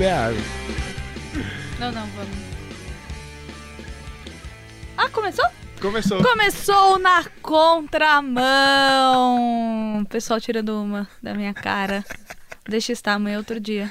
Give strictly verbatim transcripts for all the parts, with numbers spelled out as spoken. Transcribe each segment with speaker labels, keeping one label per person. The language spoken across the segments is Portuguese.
Speaker 1: beber água.
Speaker 2: Não, não, vamos. Ah, começou?
Speaker 3: Começou.
Speaker 2: Começou na contramão. O pessoal tirando uma da minha cara. Deixa estar, amanhã é outro dia.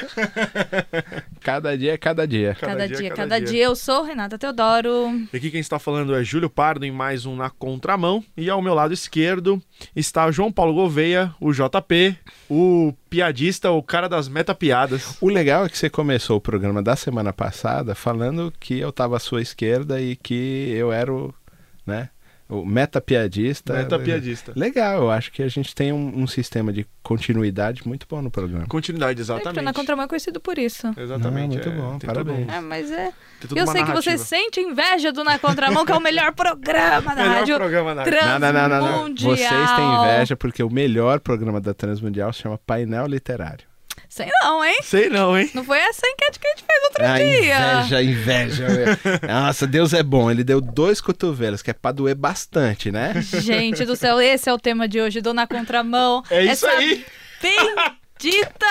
Speaker 1: Cada dia é cada dia.
Speaker 2: Cada,
Speaker 3: Cada
Speaker 2: dia,
Speaker 3: dia,
Speaker 2: cada,
Speaker 3: cada
Speaker 2: dia.
Speaker 3: dia.
Speaker 2: Eu sou Renata Teodoro.
Speaker 3: E aqui quem está falando é Júlio Pardo em mais um Na Contramão. E ao meu lado esquerdo está João Paulo Gouveia, o J P, o piadista, o cara das metapiadas.
Speaker 1: O legal é que você começou o programa da semana passada falando que eu tava à sua esquerda e que eu era o, né, o metapiadista.
Speaker 3: Metapiadista.
Speaker 1: Legal, eu acho que a gente tem um, um sistema de continuidade muito bom no programa.
Speaker 3: Continuidade,
Speaker 2: Sempre
Speaker 3: exatamente.
Speaker 2: na contramão é conhecido por isso.
Speaker 3: Exatamente.
Speaker 1: Não, muito
Speaker 3: é,
Speaker 1: bom,
Speaker 3: tem
Speaker 1: parabéns.
Speaker 3: tudo-
Speaker 2: É, mas é...
Speaker 3: tem tudo
Speaker 2: Eu
Speaker 3: uma
Speaker 2: sei que você
Speaker 3: narrativa.
Speaker 2: sente inveja do Na Contramão, que é o melhor programa da
Speaker 3: Melhor
Speaker 2: rádio
Speaker 3: programa na
Speaker 1: Não, não, não, não, não.
Speaker 2: Transmundial.
Speaker 1: Vocês têm inveja porque o melhor programa da Transmundial se chama Painel Literário.
Speaker 2: Sei não, hein?
Speaker 3: Sei não, hein?
Speaker 2: Não foi essa enquete que a gente fez outro
Speaker 1: Ah,
Speaker 2: dia.
Speaker 1: inveja, inveja. Nossa, Deus é bom. Ele deu dois cotovelos, que é pra doer bastante, né?
Speaker 2: Gente do céu, esse é o tema de hoje do Na Contramão.
Speaker 3: É isso
Speaker 2: Essa
Speaker 3: aí.
Speaker 2: bendita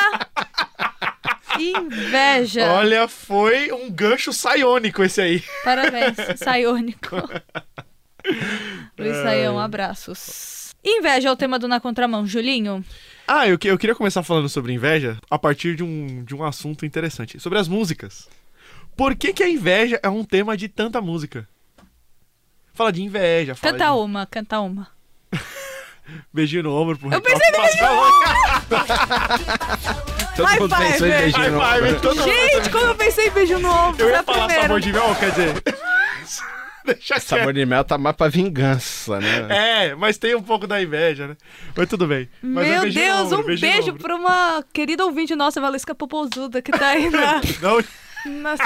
Speaker 2: inveja.
Speaker 3: Olha, foi um gancho saiônico esse aí.
Speaker 2: Parabéns, Saiônico. Luiz Saião, abraços. Inveja é o tema do Na Contramão, Julinho.
Speaker 3: Ah, eu, que- eu queria começar falando sobre inveja a partir de um, de um assunto interessante. Sobre as músicas. Por que que a inveja é um tema de tanta música? Fala de inveja, fala
Speaker 2: Canta
Speaker 3: de
Speaker 2: uma, canta uma.
Speaker 3: beijinho no ombro pro
Speaker 2: Eu
Speaker 3: Recalque
Speaker 2: pensei no
Speaker 3: Pascal.
Speaker 1: Todo
Speaker 2: High
Speaker 1: mundo
Speaker 2: five,
Speaker 1: pensou em
Speaker 2: velho.
Speaker 1: beijinho no
Speaker 3: High five,
Speaker 1: ombro.
Speaker 3: todo mundo-
Speaker 2: Gente, quando eu pensei em beijo no ombro,
Speaker 3: Eu
Speaker 2: foi
Speaker 3: ia
Speaker 2: a
Speaker 3: falar
Speaker 2: primeira.
Speaker 3: sabor de mel, quer dizer... Deixa quieto.
Speaker 1: Sabor de mel tá mais pra vingança, né?
Speaker 3: É, mas tem um pouco da inveja, né? Mas tudo bem. Mas é
Speaker 2: Meu
Speaker 3: beijinho no
Speaker 2: Deus,
Speaker 3: ombro,
Speaker 2: um
Speaker 3: beijinho no
Speaker 2: beijo
Speaker 3: ombro.
Speaker 2: pra uma querida ouvinte nossa, Valesca Popozuda, que tá aí na,
Speaker 3: Não,
Speaker 2: na-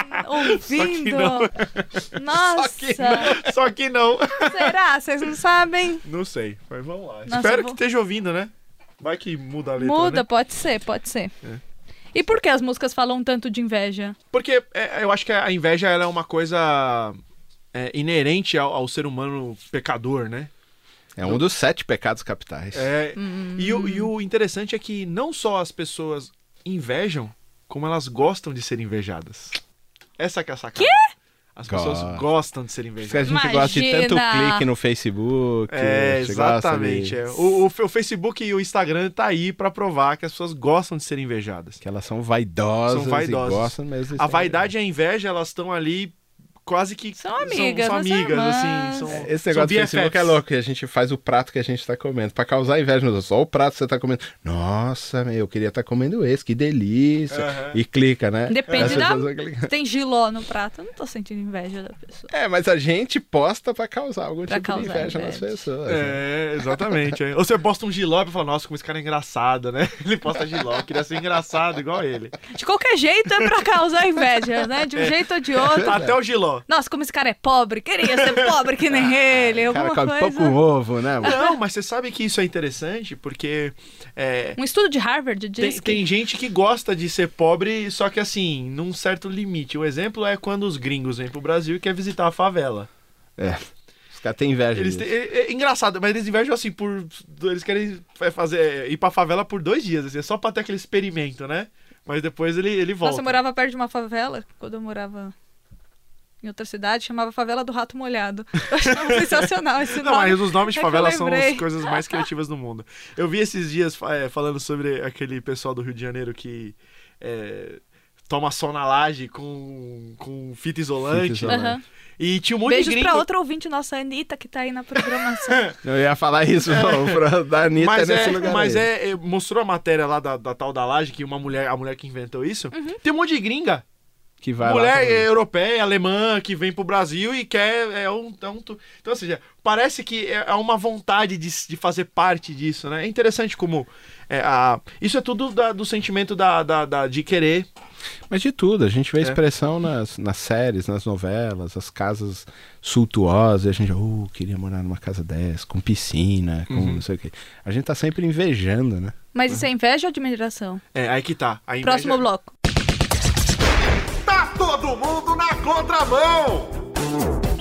Speaker 2: ouvindo.
Speaker 3: não.
Speaker 2: Nossa,
Speaker 3: só que não. Só que não.
Speaker 2: será? Vocês não sabem?
Speaker 3: Não sei, mas vamos lá.
Speaker 2: Nossa,
Speaker 3: Espero
Speaker 2: eu vou-
Speaker 3: que esteja ouvindo, né? Vai que muda a letra,
Speaker 2: Muda,
Speaker 3: né?
Speaker 2: pode ser, pode ser.
Speaker 3: É.
Speaker 2: E por que as músicas falam tanto de inveja?
Speaker 3: Porque é, eu acho que a inveja ela é uma coisa é, inerente ao, ao ser humano pecador, né?
Speaker 1: É um dos sete pecados capitais.
Speaker 3: É,
Speaker 2: Hum.
Speaker 3: e, o, e o interessante é que não só as pessoas invejam, como elas gostam de ser invejadas. Essa que é a sacada. Quê? As pessoas
Speaker 1: Gosto.
Speaker 3: gostam de ser
Speaker 1: Porque a
Speaker 3: invejadas.
Speaker 1: gente gosta de tanto
Speaker 2: Imagina!
Speaker 1: clique no Facebook.
Speaker 3: É,
Speaker 1: a gente gosta
Speaker 3: exatamente.
Speaker 1: de-
Speaker 3: é. O, o, o Facebook e o Instagram tá aí pra provar que as pessoas gostam de ser invejadas.
Speaker 1: Que elas são vaidosas,
Speaker 3: São vaidosas.
Speaker 1: e gostam mesmo de
Speaker 3: A
Speaker 1: ser
Speaker 3: vaidade e a inveja, elas estão ali quase que...
Speaker 2: São amigas,
Speaker 3: São,
Speaker 2: nós
Speaker 3: amigas,
Speaker 2: irmãs.
Speaker 3: assim. São,
Speaker 1: Esse
Speaker 3: são
Speaker 1: negócio do
Speaker 3: B F Fs.
Speaker 1: Facebook é louco, que a gente faz o prato que a gente tá comendo, pra causar inveja nos outros. Olha o prato que você tá comendo. Nossa, meu, eu queria estar comendo esse, que delícia.
Speaker 3: Aham.
Speaker 1: E clica, né?
Speaker 2: Depende
Speaker 1: As
Speaker 2: da...
Speaker 1: pessoas vão clicar.
Speaker 2: Se tem giló no prato, eu não tô sentindo inveja da pessoa.
Speaker 1: É, mas a gente posta pra causar algum
Speaker 2: Pra
Speaker 1: tipo de
Speaker 2: causar
Speaker 1: inveja, nas
Speaker 2: inveja.
Speaker 1: pessoas. né?
Speaker 3: É, exatamente. é. Ou você posta um giló e fala, nossa, como esse cara é engraçado, né? Ele posta giló, eu queria ser engraçado igual ele.
Speaker 2: De qualquer jeito é pra causar inveja, né? De um jeito ou de outro.
Speaker 3: Até o giló.
Speaker 2: Nossa, como esse cara é pobre, queria ser pobre que nem ele,
Speaker 1: O cara
Speaker 2: alguma
Speaker 1: come
Speaker 2: coisa.
Speaker 1: pouco ovo, né?
Speaker 3: Não, mas você sabe que isso é interessante porque é,
Speaker 2: Um estudo de Harvard
Speaker 3: tem,
Speaker 2: diz que...
Speaker 3: tem gente que gosta de ser pobre, só que assim, num certo limite. O exemplo é quando os gringos vêm pro Brasil e querem visitar a favela.
Speaker 1: É. Os caras têm inveja
Speaker 3: Eles
Speaker 1: disso.
Speaker 3: têm- é, é engraçado, mas eles invejam assim por. Eles querem fazer, ir pra favela por dois dias, assim, é só pra ter aquele experimento, né? Mas depois ele, ele volta.
Speaker 2: Nossa, eu morava perto de uma favela, quando eu morava em outra cidade, chamava Favela do Rato Molhado. Eu achava sensacional esse
Speaker 3: Não,
Speaker 2: nome.
Speaker 3: mas os nomes de
Speaker 2: É que eu
Speaker 3: favela são
Speaker 2: lembrei.
Speaker 3: as coisas mais criativas do mundo. Eu vi esses dias é, falando sobre aquele pessoal do Rio de Janeiro que é, toma sol na laje com, com fita isolante.
Speaker 1: Fita isolante.
Speaker 2: Aham.
Speaker 3: E tinha um monte
Speaker 2: Beijos
Speaker 3: de gringo.
Speaker 2: pra outra ouvinte nossa, a Anitta, que tá aí na programação.
Speaker 1: Eu ia falar isso pra, da Anitta
Speaker 3: Mas,
Speaker 1: nesse
Speaker 3: é,
Speaker 1: lugar
Speaker 3: mas
Speaker 1: aí.
Speaker 3: é, é, mostrou a matéria lá da, da tal da laje, que uma mulher, a mulher que inventou isso,
Speaker 2: Uhum.
Speaker 3: tem um monte de gringa.
Speaker 1: Que vai
Speaker 3: mulher
Speaker 1: lá pra-
Speaker 3: é, europeia, alemã, que vem pro Brasil e quer. É um, é um, tu- então, ou seja, parece que é é uma vontade de, de fazer parte disso, né? É interessante como. É, a, isso é tudo da- do sentimento da, da, da- de querer.
Speaker 1: Mas de tudo, a gente vê
Speaker 3: É.
Speaker 1: expressão nas, nas séries, nas novelas, as casas suntuosas, e a gente, oh, queria morar numa casa dessa, com piscina, com
Speaker 3: Uhum.
Speaker 1: não sei o quê. A gente tá sempre invejando, né?
Speaker 2: Mas isso é inveja ou admiração?
Speaker 3: É, aí que tá. A inveja-
Speaker 2: Próximo bloco.
Speaker 4: Tá todo mundo na contramão!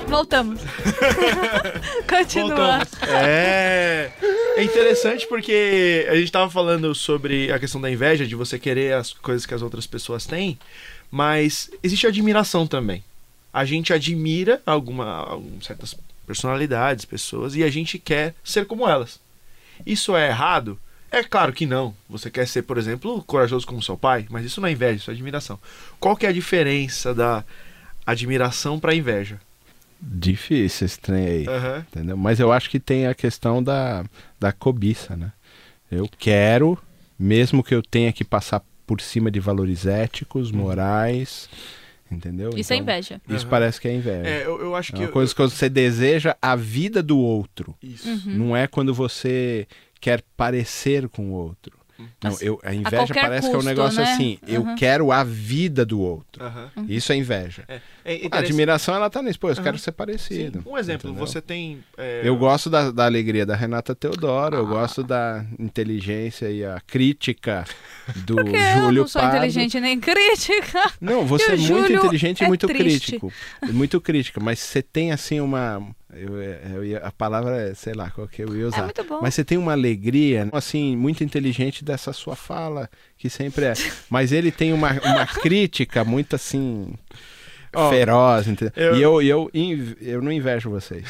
Speaker 2: Voltamos. Continua.
Speaker 3: Voltamos. É... é interessante porque a gente tava falando sobre a questão da inveja, de você querer as coisas que as outras pessoas têm, mas existe admiração também. A gente admira alguma, algumas certas personalidades, pessoas, e a gente quer ser como elas. Isso é errado? É claro que não. Você quer ser, por exemplo, corajoso como seu pai, mas isso não é inveja, isso é admiração. Qual que é a diferença da admiração para inveja?
Speaker 1: Difícil esse trem aí,
Speaker 3: Uhum.
Speaker 1: entendeu? Mas eu acho que tem a questão da, da cobiça, né? Eu quero, mesmo que eu tenha que passar por cima de valores éticos, morais, entendeu?
Speaker 2: Isso é
Speaker 1: Então,
Speaker 2: inveja.
Speaker 1: Isso
Speaker 3: Uhum.
Speaker 1: parece que é inveja.
Speaker 3: É, eu, eu acho
Speaker 1: É
Speaker 3: que...
Speaker 1: uma
Speaker 3: eu-
Speaker 1: coisa que você deseja a vida do outro.
Speaker 3: Isso.
Speaker 2: Uhum.
Speaker 1: Não é quando você quer parecer com o outro. Não,
Speaker 2: Assim,
Speaker 1: eu, a inveja
Speaker 2: qualquer
Speaker 1: parece que é um
Speaker 2: custo,
Speaker 1: negócio
Speaker 2: né?
Speaker 1: assim, eu
Speaker 2: Uhum.
Speaker 1: quero a vida do outro.
Speaker 3: Aham.
Speaker 1: Isso é inveja.
Speaker 3: É, é
Speaker 1: A
Speaker 3: interessante.
Speaker 1: admiração, ela tá nisso, pô, eu
Speaker 3: Uhum.
Speaker 1: quero ser parecido.
Speaker 3: Sim. Um exemplo,
Speaker 1: entendeu?
Speaker 3: você tem... é,
Speaker 1: Eu gosto da, da alegria da Renata Teodoro,
Speaker 3: Ah.
Speaker 1: eu gosto da inteligência e a crítica do
Speaker 2: Porque eu
Speaker 1: Júlio
Speaker 2: não sou
Speaker 1: Pardo.
Speaker 2: inteligente nem crítica.
Speaker 1: Não, você
Speaker 2: E
Speaker 1: é
Speaker 2: o
Speaker 1: muito
Speaker 2: Júlio
Speaker 1: inteligente e
Speaker 2: é
Speaker 1: muito
Speaker 2: triste.
Speaker 1: crítico. Muito crítica, mas você tem assim uma... Eu, eu ia- a palavra é, sei lá, qual que eu ia usar.
Speaker 2: É muito bom.
Speaker 1: Mas você tem uma alegria, assim, muito inteligente dessa sua fala, que sempre é. Mas ele tem uma, uma crítica muito assim...
Speaker 3: Ó,
Speaker 1: feroz, entendeu?
Speaker 3: eu-
Speaker 1: E eu, e eu, inv- eu não invejo vocês.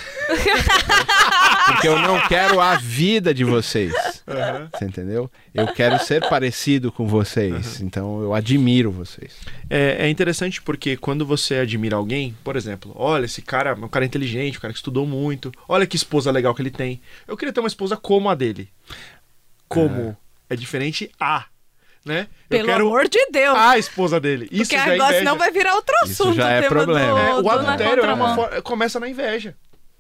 Speaker 1: Porque eu não quero a vida de vocês.
Speaker 3: Aham.
Speaker 1: Você entendeu? Eu quero ser parecido com vocês. Então eu admiro vocês.
Speaker 3: É, é interessante porque quando você admira alguém, por exemplo, olha, esse cara é um cara inteligente, um cara que estudou muito, olha que esposa legal que ele tem. Eu queria ter uma esposa como a dele. Como é diferente a, né? Eu
Speaker 2: Pelo
Speaker 3: quero
Speaker 2: amor de Deus.
Speaker 3: a esposa dele. Isso
Speaker 2: Porque
Speaker 3: já é
Speaker 2: agora
Speaker 3: inveja.
Speaker 2: senão vai virar outro
Speaker 1: Isso
Speaker 2: assunto.
Speaker 1: já é
Speaker 2: o tema
Speaker 1: problema.
Speaker 2: Do,
Speaker 3: É, o
Speaker 2: do Na
Speaker 3: adultério é uma
Speaker 2: Contramão.
Speaker 3: for- começa na inveja.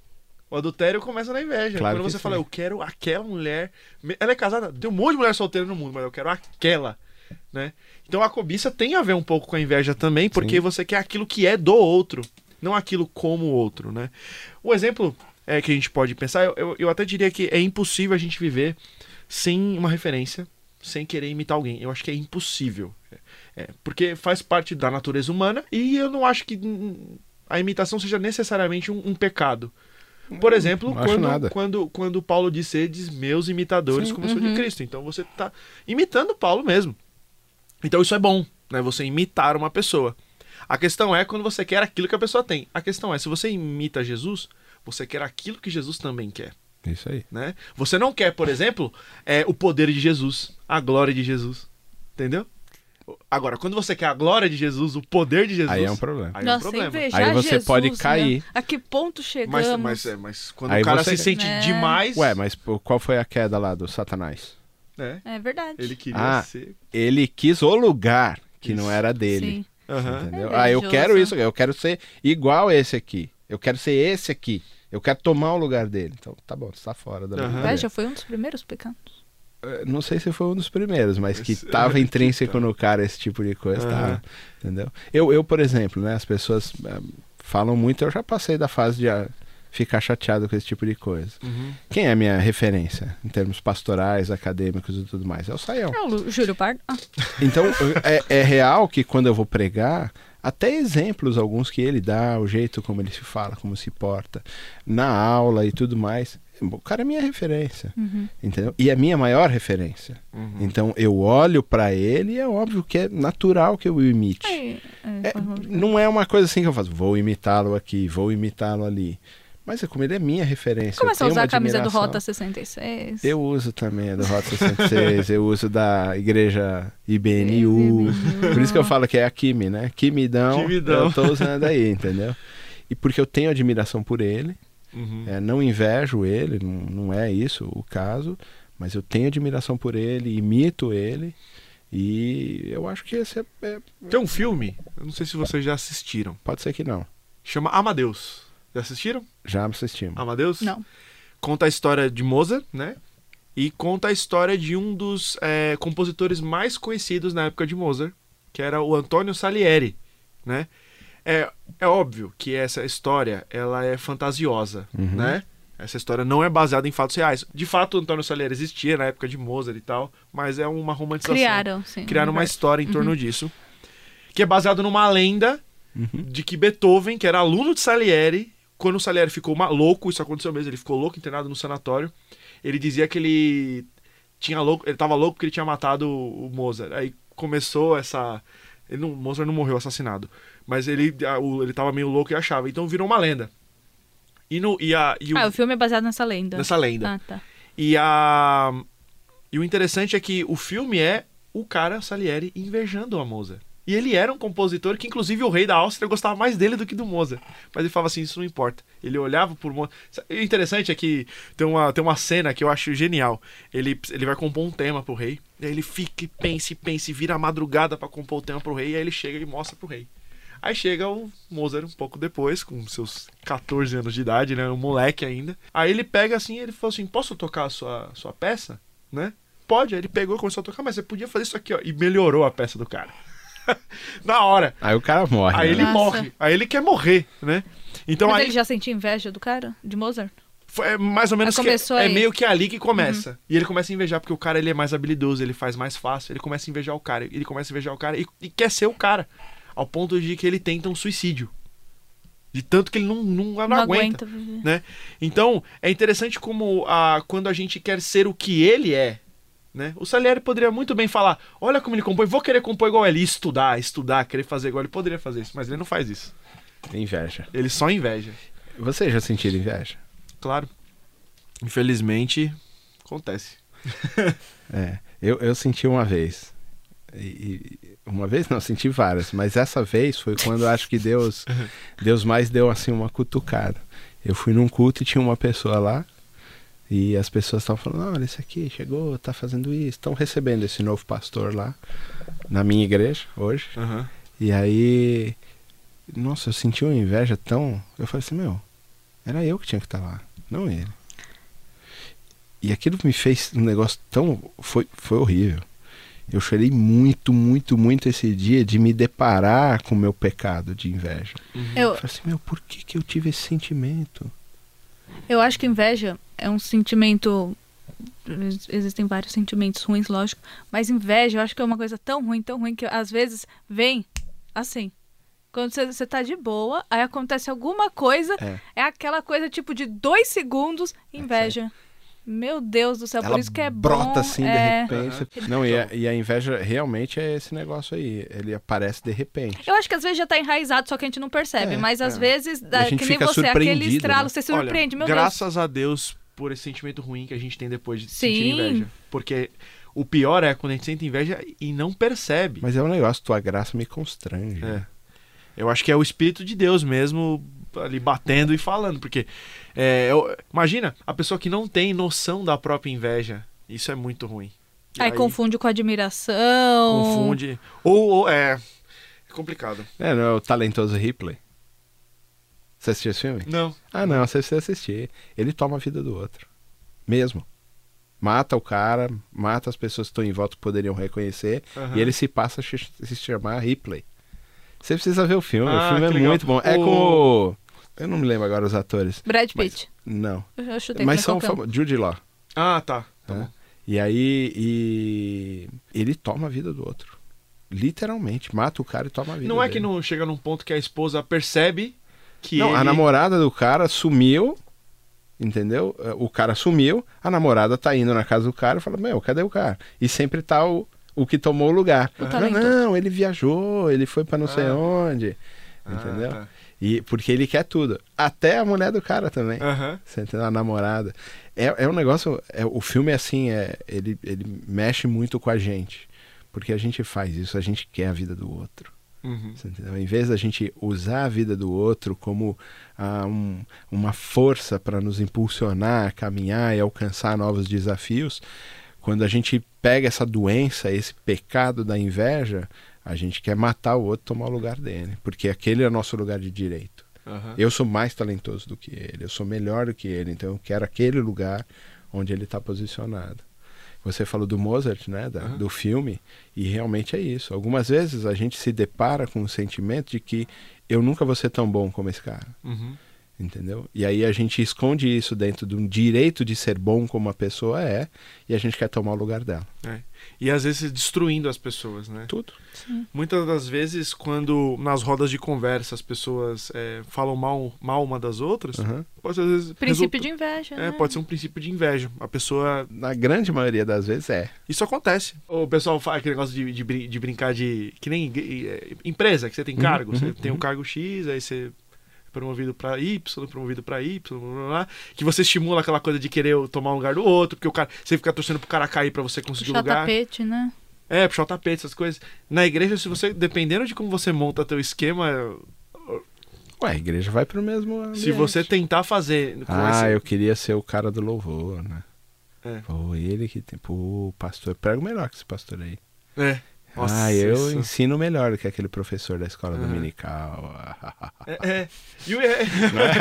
Speaker 3: O adultério começa na inveja.
Speaker 1: Claro
Speaker 3: Quando
Speaker 1: que
Speaker 3: você
Speaker 1: sim.
Speaker 3: fala, eu quero aquela mulher. me- Ela é casada, tem um monte de mulher solteira no mundo, mas eu quero aquela, né? Então a cobiça tem a ver um pouco com a inveja também, porque
Speaker 1: Sim.
Speaker 3: você quer aquilo que é do outro, não aquilo como o outro, né? O exemplo é, que a gente pode pensar, eu, eu, eu até diria que é impossível a gente viver sem uma referência, sem querer imitar alguém. Eu acho que é impossível. É, porque faz parte da natureza humana e eu não acho que hum, a imitação seja necessariamente um, um pecado. Por exemplo,
Speaker 1: não acho
Speaker 3: quando,
Speaker 1: nada.
Speaker 3: quando, quando Paulo diz, sedes meus imitadores
Speaker 1: Sim.
Speaker 3: como eu sou
Speaker 2: Uhum.
Speaker 3: de Cristo. Então você está imitando Paulo mesmo. Então isso é bom, né? Você imitar uma pessoa. A questão é quando você quer aquilo que a pessoa tem. A questão é, se você imita Jesus, você quer aquilo que Jesus também quer,
Speaker 1: Isso aí.
Speaker 3: né? Você não quer, por exemplo, é, o poder de Jesus, a glória de Jesus. Entendeu? Agora, quando você quer a glória de Jesus, o poder de Jesus...
Speaker 1: Aí é um problema.
Speaker 3: Aí é um
Speaker 2: Nossa,
Speaker 3: problema.
Speaker 2: invejar
Speaker 1: Aí você
Speaker 2: Jesus,
Speaker 1: pode
Speaker 2: né?
Speaker 1: cair.
Speaker 2: A que ponto chegamos?
Speaker 3: Mas, mas, é, mas quando
Speaker 1: Aí
Speaker 3: o cara
Speaker 1: você-
Speaker 3: se sente
Speaker 2: É.
Speaker 3: demais...
Speaker 1: Ué, mas pô, qual foi a queda lá do Satanás?
Speaker 3: né?
Speaker 2: É verdade.
Speaker 3: Ele queria
Speaker 1: Ah,
Speaker 3: ser...
Speaker 1: Ele quis o lugar que
Speaker 3: Isso.
Speaker 1: não era dele.
Speaker 2: Sim.
Speaker 3: Aham.
Speaker 1: Entendeu?
Speaker 2: É
Speaker 1: Ah, eu
Speaker 2: invejoso.
Speaker 1: quero isso, eu quero ser igual esse aqui. Eu quero ser esse aqui. Eu quero tomar o lugar dele. Então, tá bom, você tá fora da
Speaker 3: Aham.
Speaker 1: minha
Speaker 2: Inveja foi um dos primeiros pecados.
Speaker 1: Eh, Não sei se foi um dos primeiros, mas que
Speaker 3: Esse-
Speaker 1: tava intrínseco
Speaker 3: que tá.
Speaker 1: no cara esse tipo de coisa,
Speaker 3: Aham.
Speaker 1: tá? Entendeu? Eu, eu, por exemplo, né, as pessoas eh, falam muito, eu já passei da fase de ah, ficar chateado com esse tipo de coisa.
Speaker 3: Uhum.
Speaker 1: Quem é a minha referência em termos pastorais, acadêmicos e tudo mais? É o Saião.
Speaker 2: É o Lu- Júlio Pardo. Ah,
Speaker 1: Então, é, é real que quando eu vou pregar, até exemplos, alguns que ele dá, o jeito como ele se fala, como se porta, na aula e tudo mais, o cara é minha referência,
Speaker 2: uhum.
Speaker 1: entendeu? E é minha maior referência.
Speaker 3: Uhum.
Speaker 1: Então, eu olho pra ele e é óbvio que é natural que eu o imite.
Speaker 2: Aí, é,
Speaker 1: É,
Speaker 2: foi uma-
Speaker 1: não é uma coisa assim que eu faço, vou imitá-lo aqui, vou imitá-lo ali. Mas é como ele é minha referência.
Speaker 2: Começa
Speaker 1: eu
Speaker 2: a
Speaker 1: tenho
Speaker 2: usar
Speaker 1: uma
Speaker 2: a camisa do
Speaker 1: admiração.
Speaker 2: Rota sessenta e seis.
Speaker 1: Eu uso também a do Rota sessenta e seis, eu uso da igreja I B N U. Por isso que eu falo que é a Kimi, né? Kimidão,
Speaker 3: Kimidão.
Speaker 1: eu tô usando aí, entendeu? E porque eu tenho admiração por ele,
Speaker 3: Uhum.
Speaker 1: é, não invejo ele, não, não é isso o caso, mas eu tenho admiração por ele, imito ele, e eu acho que esse é, é-
Speaker 3: Tem um filme, eu não sei se vocês já assistiram,
Speaker 1: pode ser que não.
Speaker 3: chama Amadeus. Já assistiram?
Speaker 1: Já assistimos.
Speaker 3: Amadeus?
Speaker 2: Não.
Speaker 3: Conta a história de Mozart, né? E conta a história de um dos é, compositores mais conhecidos na época de Mozart, que era o Antônio Salieri, né? É, é óbvio que essa história, ela é fantasiosa,
Speaker 1: Uhum.
Speaker 3: né? Essa história não é baseada em fatos reais. De fato, o Antônio Salieri existia na época de Mozart e tal, mas é uma romantização.
Speaker 2: Criaram, sim.
Speaker 3: Criaram uma
Speaker 2: universo.
Speaker 3: história em torno disso, que é baseado numa lenda
Speaker 1: Uhum.
Speaker 3: de que Beethoven, que era aluno de Salieri, quando o Salieri ficou louco, isso aconteceu mesmo, ele ficou louco, internado no sanatório, ele dizia que ele tinha louco, ele tava louco porque ele tinha matado o Mozart. Aí começou essa... Ele não, Mozart não morreu assassinado, mas ele, a, o, ele tava meio louco e achava, então virou uma lenda. E, no, e, a, e o,
Speaker 2: Ah, o filme é baseado nessa lenda.
Speaker 3: Nessa lenda.
Speaker 2: Ah, tá.
Speaker 3: E, a, e o interessante é que o filme é o cara, Salieri, invejando a Mozart. E ele era um compositor que, inclusive, o rei da Áustria gostava mais dele do que do Mozart. Mas ele falava assim, isso não importa. Ele olhava por Mozart. O interessante é que tem uma, tem uma cena que eu acho genial. Ele, ele vai compor um tema pro rei. E aí ele fica e pensa e pensa e vira a madrugada pra compor o tema pro rei. E aí ele chega e mostra pro rei. Aí chega o Mozart um pouco depois, com seus catorze anos de idade, né? Um moleque ainda. Aí ele pega assim e ele falou assim, posso tocar a sua, sua peça? Né? Pode. Aí ele pegou e começou a tocar, mas você podia fazer isso aqui, ó. E melhorou a peça do cara. Na hora.
Speaker 1: Aí o cara morre.
Speaker 3: Aí
Speaker 1: né?
Speaker 3: ele
Speaker 2: Nossa.
Speaker 3: morre. Aí ele quer morrer, né? Então
Speaker 2: Mas
Speaker 3: aí
Speaker 2: ele já sentia inveja do cara? De Mozart?
Speaker 3: foi é mais ou menos
Speaker 2: Aí
Speaker 3: que
Speaker 2: começou
Speaker 3: é
Speaker 2: aí.
Speaker 3: meio que ali que começa. E ele começa a invejar porque o cara ele é mais habilidoso, ele faz mais fácil, ele começa a invejar o cara, ele começa a invejar o cara e, e quer ser o cara, ao ponto de que ele tenta um suicídio. De tanto que ele não, não, não,
Speaker 2: Não
Speaker 3: aguenta,
Speaker 2: aguenta viver.
Speaker 3: né? Então, é interessante como a, quando a gente quer ser o que ele é, né? O Salieri poderia muito bem falar, olha como ele compõe, vou querer compor igual ele, estudar, estudar, querer fazer igual ele, poderia fazer isso, mas ele não faz isso.
Speaker 1: Inveja.
Speaker 3: Ele só inveja.
Speaker 1: Você já sentiu inveja?
Speaker 3: Claro. Infelizmente, acontece.
Speaker 1: É. Eu, eu senti uma vez. E, e- uma vez não, senti várias. Mas essa vez foi quando eu acho que Deus, Deus mais deu assim uma cutucada. Eu fui num culto e tinha uma pessoa lá. E as pessoas estavam falando, olha, esse aqui chegou, tá fazendo isso. Estão recebendo esse novo pastor lá. Na minha igreja, hoje.
Speaker 3: Uhum.
Speaker 1: E aí... Nossa, eu senti uma inveja tão... Eu falei assim, meu... Era eu que tinha que estar lá, não ele. E aquilo me fez um negócio tão... Foi, foi horrível. Eu chorei muito, muito, muito esse dia de me deparar com o meu pecado de inveja.
Speaker 2: Eu,
Speaker 1: Eu falei assim, meu, por que, que eu tive esse sentimento?
Speaker 2: eu acho que inveja é um sentimento... Existem vários sentimentos ruins, lógico. Mas inveja, eu acho que é uma coisa tão ruim, tão ruim, que às vezes vem assim... Quando você, você tá de boa, aí acontece alguma coisa,
Speaker 1: É.
Speaker 2: é aquela coisa tipo de dois segundos, inveja. Meu Deus do céu,
Speaker 1: Ela
Speaker 2: por isso que é
Speaker 1: brota
Speaker 2: bom.
Speaker 1: assim
Speaker 2: é...
Speaker 1: de repente. Não, e a, e a inveja realmente é esse negócio aí. Ele aparece de repente.
Speaker 2: Eu acho que às vezes já tá enraizado, só que a gente não percebe.
Speaker 1: É,
Speaker 2: mas às
Speaker 1: é.
Speaker 2: vezes,
Speaker 1: a
Speaker 2: dá,
Speaker 1: gente
Speaker 2: que nem
Speaker 1: fica
Speaker 2: você, aquele
Speaker 1: surpreendido,
Speaker 2: estralo,
Speaker 1: né?
Speaker 2: você se surpreende,
Speaker 3: Olha,
Speaker 2: meu Deus.
Speaker 3: graças a Deus por esse sentimento ruim que a gente tem depois de sentir
Speaker 2: Sim.
Speaker 3: inveja. Porque o pior é quando a gente sente inveja e não percebe.
Speaker 1: Mas é um negócio, tua graça me constrange.
Speaker 3: É. Eu acho que é o Espírito de Deus mesmo ali batendo e falando, porque é, eu- imagina a pessoa que não tem noção da própria inveja, isso é muito ruim. E
Speaker 2: Aí, confunde com admiração.
Speaker 3: confunde, ou, ou é, é complicado.
Speaker 1: É, não é o talentoso Ripley? Você assistiu esse filme?
Speaker 3: Não.
Speaker 1: Ah, não, você precisa assistir. Ele toma a vida do outro. Mesmo. Mata o cara, mata as pessoas que estão em volta que poderiam reconhecer,
Speaker 3: Aham.
Speaker 1: e ele se passa a ch- se chamar Ripley. Você precisa ver o filme,
Speaker 3: Ah,
Speaker 1: o filme
Speaker 3: que
Speaker 1: é
Speaker 3: legal.
Speaker 1: muito bom. É
Speaker 3: O-
Speaker 1: com o... Eu não me lembro agora os atores.
Speaker 2: Brad
Speaker 1: Mas-
Speaker 2: Pitt.
Speaker 1: Não.
Speaker 2: Eu, eu chutei
Speaker 1: Mas
Speaker 2: pra
Speaker 1: são
Speaker 2: qualquer um.
Speaker 1: famosos. Jude Law.
Speaker 3: Ah, tá. Tá
Speaker 1: né?
Speaker 3: bom.
Speaker 1: E aí, e... ele toma a vida do outro. Literalmente. Mata o cara e toma a vida
Speaker 3: Não é
Speaker 1: dele.
Speaker 3: que não chega num ponto que a esposa percebe que
Speaker 1: Não,
Speaker 3: ele...
Speaker 1: a namorada do cara sumiu, entendeu? O cara sumiu, a namorada tá indo na casa do cara e fala, meu, cadê o cara? E sempre tá o, o que tomou o lugar.
Speaker 2: O
Speaker 1: Não,
Speaker 2: talentoso.
Speaker 1: não, ele viajou, ele foi pra não sei
Speaker 3: Ah.
Speaker 1: onde,
Speaker 3: Ah,
Speaker 1: entendeu?
Speaker 3: tá.
Speaker 1: E porque ele quer tudo. Até a mulher do cara também.
Speaker 3: Aham.
Speaker 1: Você entendeu? A namorada. É, é um negócio. É, o filme é assim, é, ele, ele mexe muito com a gente. Porque a gente faz isso, a gente quer a vida do outro.
Speaker 3: Uhum.
Speaker 1: Você entendeu? Em vez da gente usar a vida do outro como ah, um- uma força para nos impulsionar a caminhar e alcançar novos desafios, quando a gente pega essa doença, esse pecado da inveja, a gente quer matar o outro, tomar o lugar dele, porque aquele é o nosso lugar de direito.
Speaker 3: Aham.
Speaker 1: Eu sou mais talentoso do que ele, eu sou melhor do que ele, então eu quero aquele lugar onde ele está posicionado. Você falou do Mozart, né, da-
Speaker 3: Aham.
Speaker 1: do filme, e realmente é isso. Algumas vezes a gente se depara com o sentimento de que eu nunca vou ser tão bom como esse cara.
Speaker 3: Uhum.
Speaker 1: Entendeu? E aí a gente esconde isso dentro de um direito de ser bom como a pessoa é, e a gente quer tomar o lugar dela.
Speaker 3: É. E às vezes destruindo as pessoas, né?
Speaker 1: Tudo.
Speaker 2: Sim.
Speaker 3: Muitas das vezes, quando nas rodas de conversa as pessoas é, falam mal, mal uma das outras,
Speaker 1: Uhum.
Speaker 3: pode às vezes
Speaker 2: Princípio
Speaker 3: resulta-
Speaker 2: de inveja,
Speaker 3: é,
Speaker 2: né?
Speaker 3: pode ser um princípio de inveja. A pessoa...
Speaker 1: Na grande maioria das vezes é.
Speaker 3: Isso acontece. O pessoal faz aquele negócio de, de, brin- de brincar de... Que nem é, empresa, que você tem cargo.
Speaker 1: Uhum,
Speaker 3: Você
Speaker 1: uhum,
Speaker 3: tem um
Speaker 1: uhum.
Speaker 3: cargo X, aí você... promovido para Y, promovido para Y, blá, blá, blá, que você estimula aquela coisa de querer tomar um lugar do outro, porque o cara, você fica torcendo pro cara cair para você conseguir o
Speaker 2: Puxar
Speaker 3: lugar.
Speaker 2: tapete, né?
Speaker 3: É, puxar o tapete, essas coisas. Na igreja, se você, dependendo de como você monta teu esquema,
Speaker 1: Ué, a igreja vai pro mesmo ambiente.
Speaker 3: se você tentar fazer com
Speaker 1: Ah,
Speaker 3: esse...
Speaker 1: eu queria ser o cara do louvor, né?
Speaker 3: É.
Speaker 1: Pô, ele que tem... Pô, pastor, prego melhor que esse pastor aí.
Speaker 3: É. Nossa,
Speaker 1: ah, eu
Speaker 3: isso.
Speaker 1: ensino melhor do que aquele professor da escola
Speaker 3: Uhum.
Speaker 1: dominical.
Speaker 3: É, é. E o, é.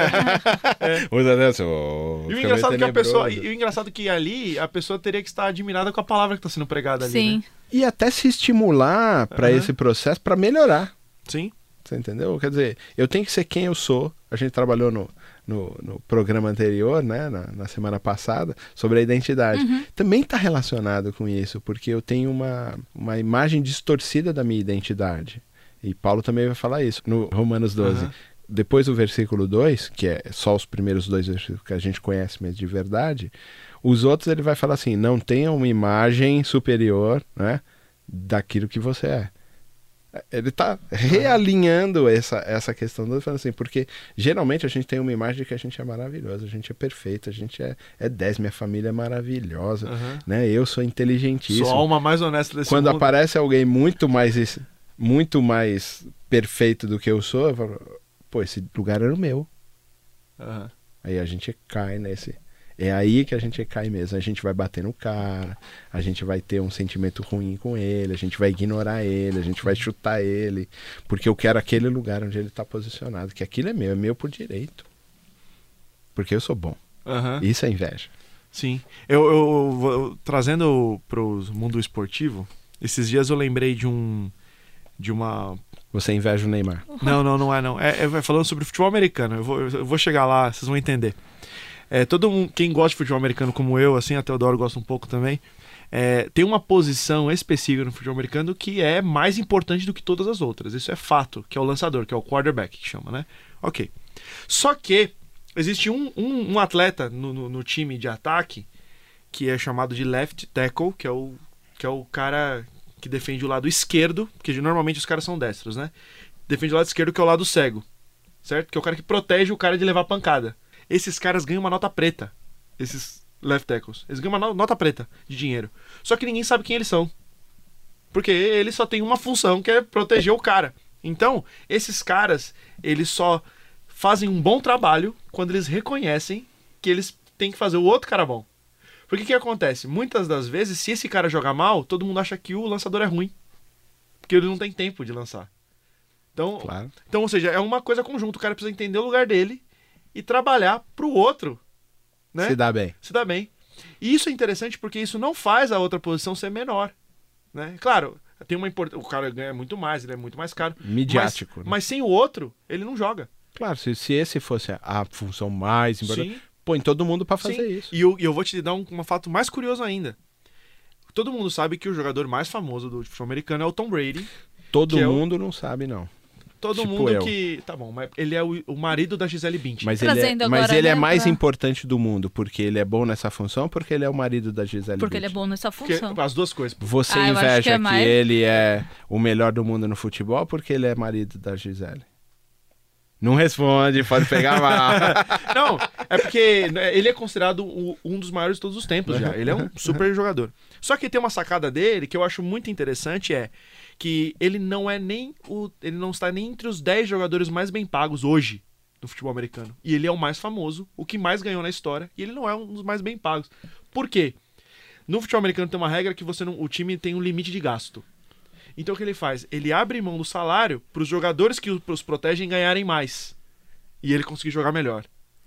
Speaker 1: Usa dessa, ô,
Speaker 3: E o
Speaker 1: fica
Speaker 3: engraçado
Speaker 1: meio
Speaker 3: que a pessoa,
Speaker 1: tenebroso.
Speaker 3: e o engraçado que ali a pessoa teria que estar admirada com a palavra que está sendo pregada ali,
Speaker 2: Sim.
Speaker 3: né?
Speaker 1: E até se estimular para
Speaker 3: Uhum.
Speaker 1: esse processo, para melhorar.
Speaker 3: Sim.
Speaker 1: Você entendeu? Quer dizer, eu tenho que ser quem eu sou. A gente trabalhou no, no, no programa anterior, né, na, na semana passada, sobre a identidade.
Speaker 2: Uhum.
Speaker 1: Também está relacionado com isso, porque eu tenho uma, uma imagem distorcida da minha identidade. E Paulo também vai falar isso no Romanos doze.
Speaker 3: Uhum.
Speaker 1: Depois do versículo dois, que é só os primeiros dois versículos que a gente conhece mesmo de verdade, os outros ele vai falar assim, não tenha uma imagem superior, né, daquilo que você é. Ele está realinhando essa, essa questão, falando assim, porque geralmente a gente tem uma imagem de que a gente é maravilhoso, a gente é perfeito, a gente é, é dez, minha família é maravilhosa,
Speaker 3: Uhum.
Speaker 1: né? Eu sou inteligentíssimo.
Speaker 3: Sou a alma mais honesta desse
Speaker 1: Quando
Speaker 3: mundo.
Speaker 1: aparece alguém muito mais, muito mais perfeito do que eu sou, eu falo, pô, esse lugar era o meu.
Speaker 3: Uhum.
Speaker 1: Aí a gente cai nesse... É aí que a gente cai mesmo. A gente vai bater no cara, a gente vai ter um sentimento ruim com ele, a gente vai ignorar ele, a gente vai chutar ele, porque eu quero aquele lugar onde ele está posicionado, que aquilo é meu, é meu por direito. Porque eu sou bom.
Speaker 3: Uhum.
Speaker 1: Isso é inveja.
Speaker 3: Sim. Eu, eu, eu- eu- trazendo pro mundo esportivo, esses dias eu lembrei de um... De uma...
Speaker 1: Você inveja o Neymar.
Speaker 3: Não, não, não é não. É, é falando sobre futebol americano. Eu vou, eu vou chegar lá, vocês vão entender. É, todo mundo, quem gosta de futebol americano como eu, assim, a Teodoro gosta um pouco também, é, tem uma posição específica no futebol americano que é mais importante do que todas as outras. Isso é fato, que é o lançador, que é o quarterback, que chama, né? Ok. Só que existe um, um, um atleta no, no, no time de ataque que é chamado de left tackle, que é o, que é o cara que defende o lado esquerdo, porque normalmente os caras são destros, né? Defende o lado esquerdo, que é o lado cego, certo? Que é o cara que protege o cara de levar pancada. Esses caras ganham uma nota preta, esses left tackles. Eles ganham uma no- nota preta de dinheiro. Só que ninguém sabe quem eles são. Porque eles só têm uma função, que é proteger o cara. Então, esses caras, eles só fazem um bom trabalho quando eles reconhecem que eles têm que fazer o outro cara bom. Porque o que acontece? Muitas das vezes, se esse cara jogar mal, todo mundo acha que o lançador é ruim. Porque ele não tem tempo de lançar. Então,
Speaker 1: Claro.
Speaker 3: então ou seja, é uma coisa conjunta. O cara precisa entender o lugar dele e trabalhar pro outro, né?
Speaker 1: Se dá bem.
Speaker 3: Se dá bem. E isso é interessante porque isso não faz a outra posição ser menor, né? Claro, tem uma import... o cara ganha muito mais, ele é muito mais caro.
Speaker 1: Midiático.
Speaker 3: Mas,
Speaker 1: né?
Speaker 3: mas sem o outro, ele não joga.
Speaker 1: Claro, se, se esse fosse a, a função mais importante,
Speaker 3: Sim,
Speaker 1: põe todo mundo para fazer
Speaker 3: sim.
Speaker 1: isso.
Speaker 3: E eu, e eu vou te dar um, um fato mais curioso ainda. Todo mundo sabe que o jogador mais famoso do futebol americano é o Tom Brady.
Speaker 1: Todo
Speaker 3: que é o-
Speaker 1: mundo não sabe, não.
Speaker 3: Todo
Speaker 1: Tipo
Speaker 3: mundo
Speaker 1: eu.
Speaker 3: que... Tá bom, mas ele é o, o marido da Gisele Bündchen.
Speaker 1: Mas ele, é,
Speaker 2: Trazendo
Speaker 1: mas
Speaker 2: agora,
Speaker 1: ele é
Speaker 2: né,
Speaker 1: mais
Speaker 2: pra-
Speaker 1: importante do mundo porque ele é bom nessa função ou porque ele é o marido da Gisele
Speaker 2: Porque ele é
Speaker 1: Bündchen?
Speaker 2: bom nessa
Speaker 3: Porque-
Speaker 2: função.
Speaker 3: as duas coisas.
Speaker 1: Você
Speaker 2: Ah, eu acho
Speaker 1: inveja
Speaker 2: que
Speaker 1: que,
Speaker 2: é mais-
Speaker 1: ele é o melhor do mundo no futebol porque ele é marido da Gisele? Não responde, pode pegar mal.
Speaker 3: Não, é porque né, ele é considerado o- um dos maiores de todos os tempos já. Ele é um super jogador. Só que tem uma sacada dele que eu acho muito interessante, é que ele não é nem o. Ele não está nem entre os dez jogadores mais bem pagos hoje no futebol americano. E ele é o mais famoso, o que mais ganhou na história, e ele não é um dos mais bem pagos. Por quê? No futebol americano tem uma regra que você não, o time tem um limite de gasto. Então o que ele faz? Ele abre mão do salário para os jogadores que os protegem ganharem mais. E ele conseguir jogar melhor.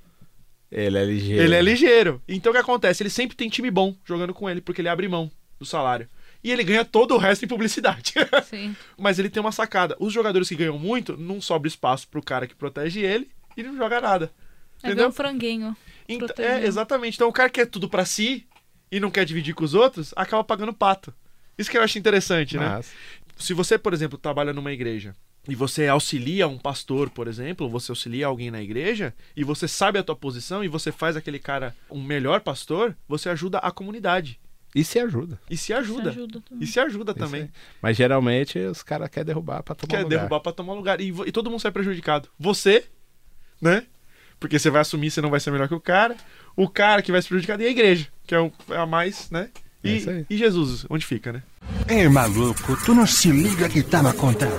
Speaker 1: Ele é ligeiro.
Speaker 3: Ele é ligeiro. Então o que acontece? Ele sempre tem time bom jogando com ele, porque ele abre mão do salário. E ele ganha todo o resto em publicidade.
Speaker 2: Sim.
Speaker 3: Mas ele tem uma sacada. Os jogadores que ganham muito, não sobra espaço pro cara que protege ele e não joga nada.
Speaker 2: É ver
Speaker 3: Entendeu?
Speaker 2: um franguinho.
Speaker 3: Então,
Speaker 2: protegido.
Speaker 3: é, exatamente. Então o cara quer tudo pra si e não quer dividir com os outros, acaba pagando pato. Isso que eu acho interessante, né?
Speaker 1: Mas,
Speaker 3: Se você, por exemplo, trabalha numa igreja e você auxilia um pastor, por exemplo, você auxilia alguém na igreja e você sabe a tua posição e você faz aquele cara um melhor pastor, você ajuda a comunidade.
Speaker 1: e se ajuda.
Speaker 3: E se ajuda.
Speaker 2: Isso ajuda também.
Speaker 3: E se ajuda
Speaker 1: Isso
Speaker 3: também.
Speaker 1: aí. Mas geralmente os caras querem derrubar pra tomar
Speaker 3: Quer
Speaker 1: lugar.
Speaker 3: derrubar pra tomar lugar. E, vo- e todo mundo sai prejudicado. Você, né? Porque você vai assumir, você não vai ser melhor que o cara. O cara que vai se prejudicar e a igreja, que é, o- é a mais, né?
Speaker 1: É
Speaker 3: E,
Speaker 1: isso aí.
Speaker 3: e Jesus, onde fica, né?
Speaker 4: Ei, maluco, tu não se liga que tá na contramão?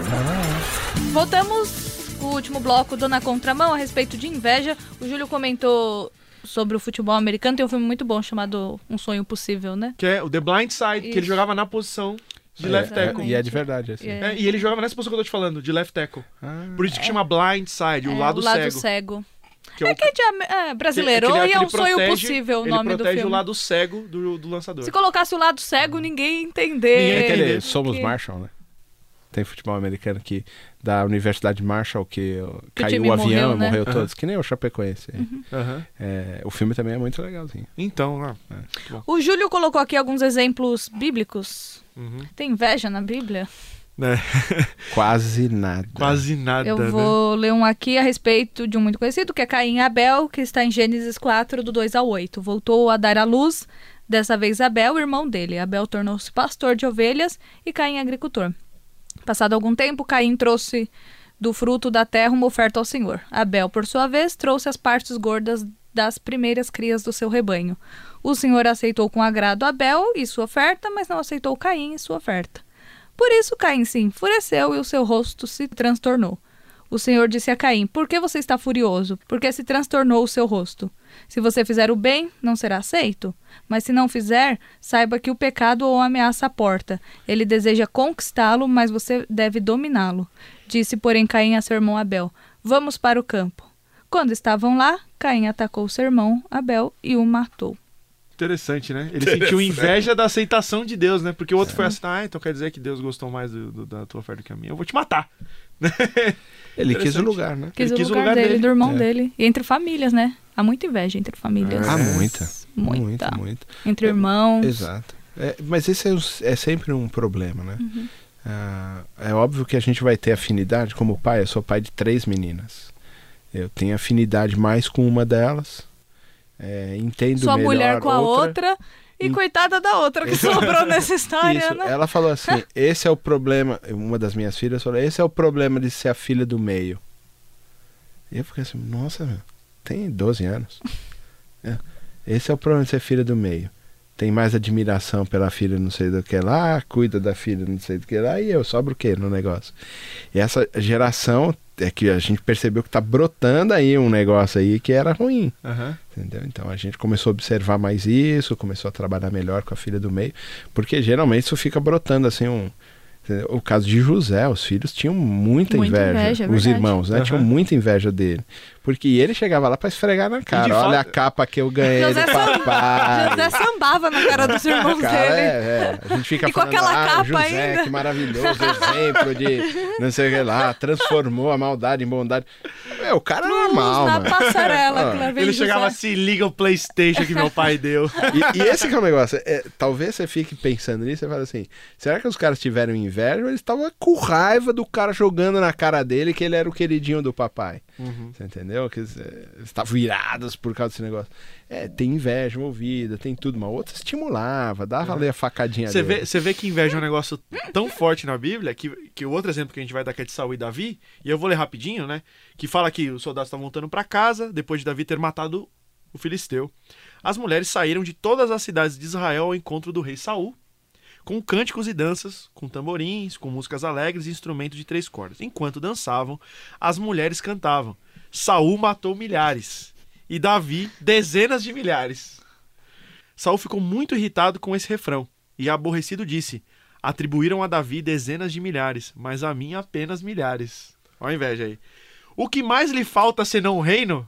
Speaker 2: Voltamos com o último bloco do Na Contramão a respeito de inveja. O Júlio comentou sobre o futebol americano. Tem um filme muito bom chamado Um Sonho Possível, né?
Speaker 3: Que é o The Blind Side, que ele
Speaker 2: Isso.
Speaker 3: jogava na posição de
Speaker 1: É,
Speaker 3: left
Speaker 1: é,
Speaker 3: tackle.
Speaker 1: e é de verdade, assim.
Speaker 2: É.
Speaker 3: É, e ele jogava nessa posição que eu tô te falando, de left tackle.
Speaker 1: Ah,
Speaker 3: Por isso que chama blind side, o
Speaker 2: É,
Speaker 3: lado
Speaker 2: o lado
Speaker 3: cego.
Speaker 2: cego.
Speaker 3: Que é, o,
Speaker 2: É que é, é brasileiro
Speaker 3: que ele-
Speaker 2: e
Speaker 3: que
Speaker 2: é
Speaker 3: ele
Speaker 2: um sonho
Speaker 3: protege-
Speaker 2: possível o
Speaker 3: ele
Speaker 2: nome do
Speaker 3: protege
Speaker 2: filme.
Speaker 3: o lado cego do, do lançador.
Speaker 2: Se colocasse o lado cego, ninguém ia entender.
Speaker 3: Ninguém
Speaker 1: É
Speaker 3: ia
Speaker 1: aquele
Speaker 3: entender.
Speaker 1: Somos
Speaker 2: que-
Speaker 1: Marshall, né? Tem futebol americano que da Universidade Marshall que, uh,
Speaker 2: Que o
Speaker 1: caiu
Speaker 2: time
Speaker 1: o avião
Speaker 2: morreu,
Speaker 1: e
Speaker 2: né?
Speaker 1: morreu
Speaker 3: Aham.
Speaker 1: todos, que nem o Chapecoense. aí.
Speaker 3: Aham.
Speaker 1: É, o filme também é muito legalzinho.
Speaker 3: Então, ah,
Speaker 2: O Júlio colocou aqui alguns exemplos bíblicos.
Speaker 3: uhum.
Speaker 2: Tem inveja na Bíblia?
Speaker 3: Né?
Speaker 1: Quase nada.
Speaker 3: Quase nada,
Speaker 2: Eu
Speaker 3: né?
Speaker 2: vou ler um aqui a respeito de um muito conhecido, que é Caim e Abel, que está em Gênesis quatro, do dois ao oito. Voltou a dar à luz, dessa vez Abel, irmão dele. Abel tornou-se pastor de ovelhas e Caim agricultor. Passado algum tempo, Caim trouxe do fruto da terra uma oferta ao Senhor. Abel, por sua vez, trouxe as partes gordas das primeiras crias do seu rebanho. O Senhor aceitou com agrado Abel e sua oferta, mas não aceitou Caim e sua oferta. Por isso Caim se enfureceu e o seu rosto se transtornou. O Senhor disse a Caim: por que você está furioso? Por que se transtornou o seu rosto? Se você fizer o bem, não será aceito. Mas se não fizer, saiba que o pecado o ameaça à porta. Ele deseja conquistá-lo, mas você deve dominá-lo. Disse, porém, Caim a seu irmão Abel: vamos para o campo. Quando estavam lá, Caim atacou seu irmão Abel e o matou.
Speaker 3: Interessante, né? Ele sentiu inveja da aceitação de Deus, né? Porque o outro foi assim, ah, então quer dizer que Deus gostou mais do, do- da tua oferta que a minha. Eu vou te matar.
Speaker 1: Ele quis o
Speaker 3: Interessante.
Speaker 1: lugar, né?
Speaker 2: Quis,
Speaker 3: Ele
Speaker 2: o,
Speaker 3: quis
Speaker 2: lugar dele, do irmão
Speaker 1: É.
Speaker 2: dele. E entre famílias, né? Há muita inveja entre famílias.
Speaker 1: Ah, muita.
Speaker 2: Muita.
Speaker 1: Muita, muita.
Speaker 2: Entre irmãos.
Speaker 1: Exato. É, mas esse é, um- é sempre um problema, né?
Speaker 2: Uhum.
Speaker 1: Ah, é óbvio que a gente vai ter afinidade, como pai, eu sou pai de três meninas. Eu tenho afinidade mais com uma delas. É, entendo
Speaker 2: Sua
Speaker 1: melhor
Speaker 2: mulher com a outra, e
Speaker 1: Em-
Speaker 2: coitada da outra que sobrou nessa história,
Speaker 1: Isso,
Speaker 2: né?
Speaker 1: ela falou assim, esse é o problema, uma das minhas filhas falou, esse é o problema de ser a filha do meio. E eu fiquei assim, nossa, meu, tem doze anos. É, esse é o problema de ser filha do meio. Tem mais admiração pela filha não sei do que lá, cuida da filha não sei do que lá, e eu sobro o que no negócio? E essa geração é que a gente percebeu que tá brotando aí um negócio aí que era ruim.
Speaker 3: Aham.
Speaker 1: Entendeu? Então a gente começou a observar mais isso, começou a trabalhar melhor com a filha do meio, porque geralmente isso fica brotando assim um. Entendeu? O caso de José, os filhos tinham muita,
Speaker 2: Muita
Speaker 1: inveja,
Speaker 2: inveja, é
Speaker 1: os
Speaker 2: verdade.
Speaker 1: irmãos, né?
Speaker 3: Aham.
Speaker 1: Tinham muita inveja dele. Porque ele chegava lá pra esfregar na cara. Olha
Speaker 3: fato-
Speaker 1: a capa que eu ganhei
Speaker 2: José,
Speaker 1: do
Speaker 2: sam-
Speaker 1: papai.
Speaker 2: José sambava na cara dos irmãos
Speaker 1: Cara,
Speaker 2: dele.
Speaker 1: é, é. A gente fica
Speaker 2: E com
Speaker 1: falando,
Speaker 2: aquela
Speaker 1: ah,
Speaker 2: capa
Speaker 1: José,
Speaker 2: ainda."
Speaker 1: que maravilhoso exemplo de não sei o que lá, transformou a maldade em bondade. É, o cara é normal,
Speaker 2: na
Speaker 1: mano.
Speaker 2: passarela.
Speaker 1: Ah,
Speaker 2: que lá vem
Speaker 3: Ele
Speaker 2: José.
Speaker 3: chegava assim, liga o PlayStation que meu pai deu.
Speaker 1: E, e esse que é o negócio. É, talvez você fique pensando nisso e fale assim: será que os caras tiveram inveja ou eles estavam com raiva do cara jogando na cara dele que ele era o queridinho do papai?
Speaker 3: Uhum.
Speaker 1: Você entendeu? Que eles é, estavam irados por causa desse negócio. É, tem inveja envolvida, tem tudo, mas outra estimulava, dava ali a facadinha
Speaker 3: Você
Speaker 1: dele.
Speaker 3: vê, você vê que inveja é um negócio tão forte na Bíblia que, que o outro exemplo que a gente vai dar que é de Saul e Davi, e eu vou ler rapidinho, né? Que fala que os soldados estavam voltando para casa depois de Davi ter matado o filisteu. As mulheres saíram de todas as cidades de Israel ao encontro do rei Saul, com cânticos e danças, com tamborins, com músicas alegres e instrumentos de três cordas. Enquanto dançavam, as mulheres cantavam: Saul matou milhares e Davi dezenas de milhares. Saul ficou muito irritado com esse refrão e, aborrecido, disse: atribuíram a Davi dezenas de milhares, mas a mim apenas milhares. Olha a inveja aí. O que mais lhe falta senão o reino?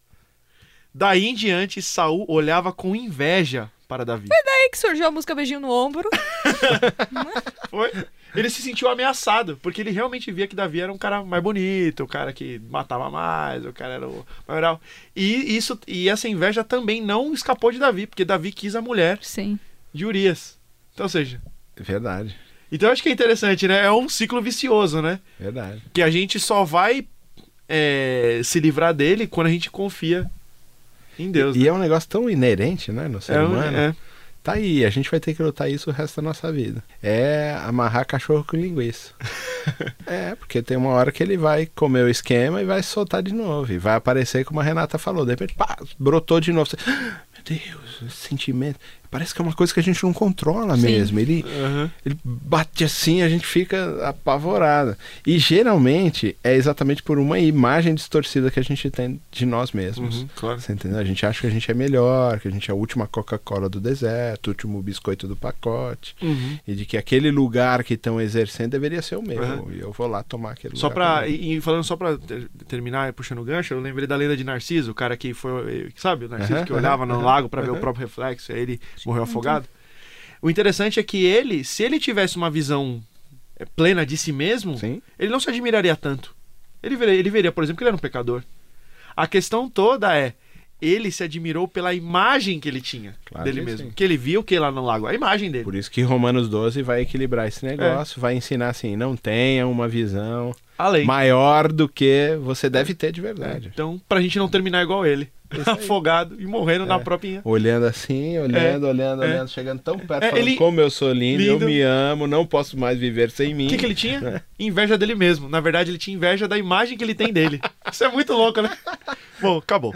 Speaker 3: Daí em diante, Saul olhava com inveja para Davi.
Speaker 2: Aí que surgiu a música Beijinho no Ombro.
Speaker 3: Foi? ele se sentiu ameaçado, porque ele realmente via que Davi era um cara mais bonito, o cara que matava mais, o cara era o maioral. E, isso, e essa inveja também não escapou de Davi, porque Davi quis a mulher
Speaker 2: Sim.
Speaker 3: de Urias. Então, ou seja...
Speaker 1: Verdade,
Speaker 3: Então eu acho que é interessante, né? É um ciclo vicioso, né?
Speaker 1: verdade.
Speaker 3: Que a gente só vai é, se livrar dele quando a gente confia em Deus.
Speaker 1: E
Speaker 3: né?
Speaker 1: é um negócio tão inerente, né, no ser
Speaker 3: É um-
Speaker 1: humano.
Speaker 3: é.
Speaker 1: Tá aí, a gente vai ter que lutar isso o resto da nossa vida. É amarrar cachorro com linguiça. É, porque tem uma hora que ele vai comer o esquema e vai soltar de novo. E vai aparecer como a Renata falou. De repente, pá, brotou de novo. Você, "Ah, meu Deus, esse sentimento. Parece que é uma coisa que a gente não controla
Speaker 2: Sim.
Speaker 1: mesmo. Ele,
Speaker 3: Uhum.
Speaker 1: ele bate assim, a gente fica apavorada. E geralmente é exatamente por uma imagem distorcida que a gente tem de nós mesmos.
Speaker 3: Uhum, claro.
Speaker 1: Você entendeu? A gente acha que a gente é melhor, que a gente é a última Coca-Cola do deserto, o último biscoito do pacote.
Speaker 3: Uhum.
Speaker 1: E de que aquele lugar que estão exercendo deveria ser o meu.
Speaker 3: Uhum.
Speaker 1: E eu vou lá tomar aquele
Speaker 3: Só
Speaker 1: lugar.
Speaker 3: pra,
Speaker 1: pra mim.
Speaker 3: e, e falando só pra ter- terminar, puxando o gancho, eu lembrei da lenda de Narciso, o cara que foi, sabe, o Narciso
Speaker 1: Aham,
Speaker 3: que olhava
Speaker 1: aham,
Speaker 3: no lago pra ver
Speaker 1: aham.
Speaker 3: o próprio reflexo, aí ele morreu afogado. O interessante é que ele, se ele tivesse uma visão é, plena de si mesmo,
Speaker 1: Sim.
Speaker 3: ele não se admiraria tanto. Ele veria, ele veria, por exemplo, que ele era um pecador. A questão toda é, ele se admirou pela imagem que ele tinha
Speaker 1: Claro
Speaker 3: dele
Speaker 1: que
Speaker 3: mesmo.
Speaker 1: sim.
Speaker 3: Que ele viu que lá no lago, a imagem dele.
Speaker 1: Por isso que Romanos doze vai equilibrar esse negócio, vai ensinar assim, não tenha uma visão
Speaker 3: Além.
Speaker 1: maior do que você deve ter de
Speaker 3: É,
Speaker 1: verdade.
Speaker 3: então, pra gente não terminar igual ele. Afogado e morrendo na
Speaker 1: É.
Speaker 3: própria...
Speaker 1: Olhando assim, olhando, olhando,
Speaker 3: é.
Speaker 1: olhando, chegando tão perto,
Speaker 3: É,
Speaker 1: falando
Speaker 3: ele-
Speaker 1: como eu sou lindo, eu
Speaker 3: lindo.
Speaker 1: me amo, não posso mais viver sem mim.
Speaker 3: O que, que ele tinha? Inveja dele mesmo. Na verdade, ele tinha inveja da imagem que ele tem dele. Isso é muito louco, né? Bom, acabou.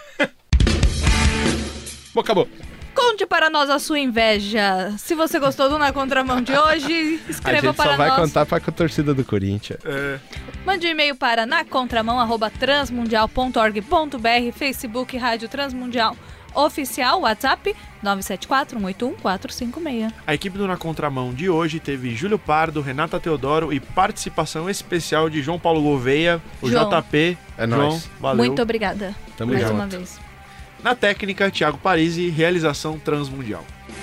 Speaker 1: Bom, acabou.
Speaker 2: Conte para nós a sua inveja. Se você gostou do Na Contramão de hoje,
Speaker 1: A
Speaker 2: escreva
Speaker 1: gente
Speaker 2: para
Speaker 1: só vai
Speaker 2: nós.
Speaker 1: contar pra torcida do Corinthians.
Speaker 3: É,
Speaker 2: Mande um e-mail para nacontramão arroba transmundial ponto org ponto br, Facebook Rádio Transmundial Oficial, WhatsApp nove sete quatro, um oito um, quatro cinco seis.
Speaker 3: a equipe do Na Contramão de hoje teve Júlio Pardo, Renata Teodoro e participação especial de João Paulo Gouveia, o
Speaker 2: João.
Speaker 3: J P.
Speaker 1: É
Speaker 3: João,
Speaker 1: nóis.
Speaker 3: valeu.
Speaker 2: Muito obrigada.
Speaker 1: Tamo
Speaker 2: Mais
Speaker 1: junto.
Speaker 2: uma vez.
Speaker 3: Na técnica, Thiago Parisi, realização Transmundial.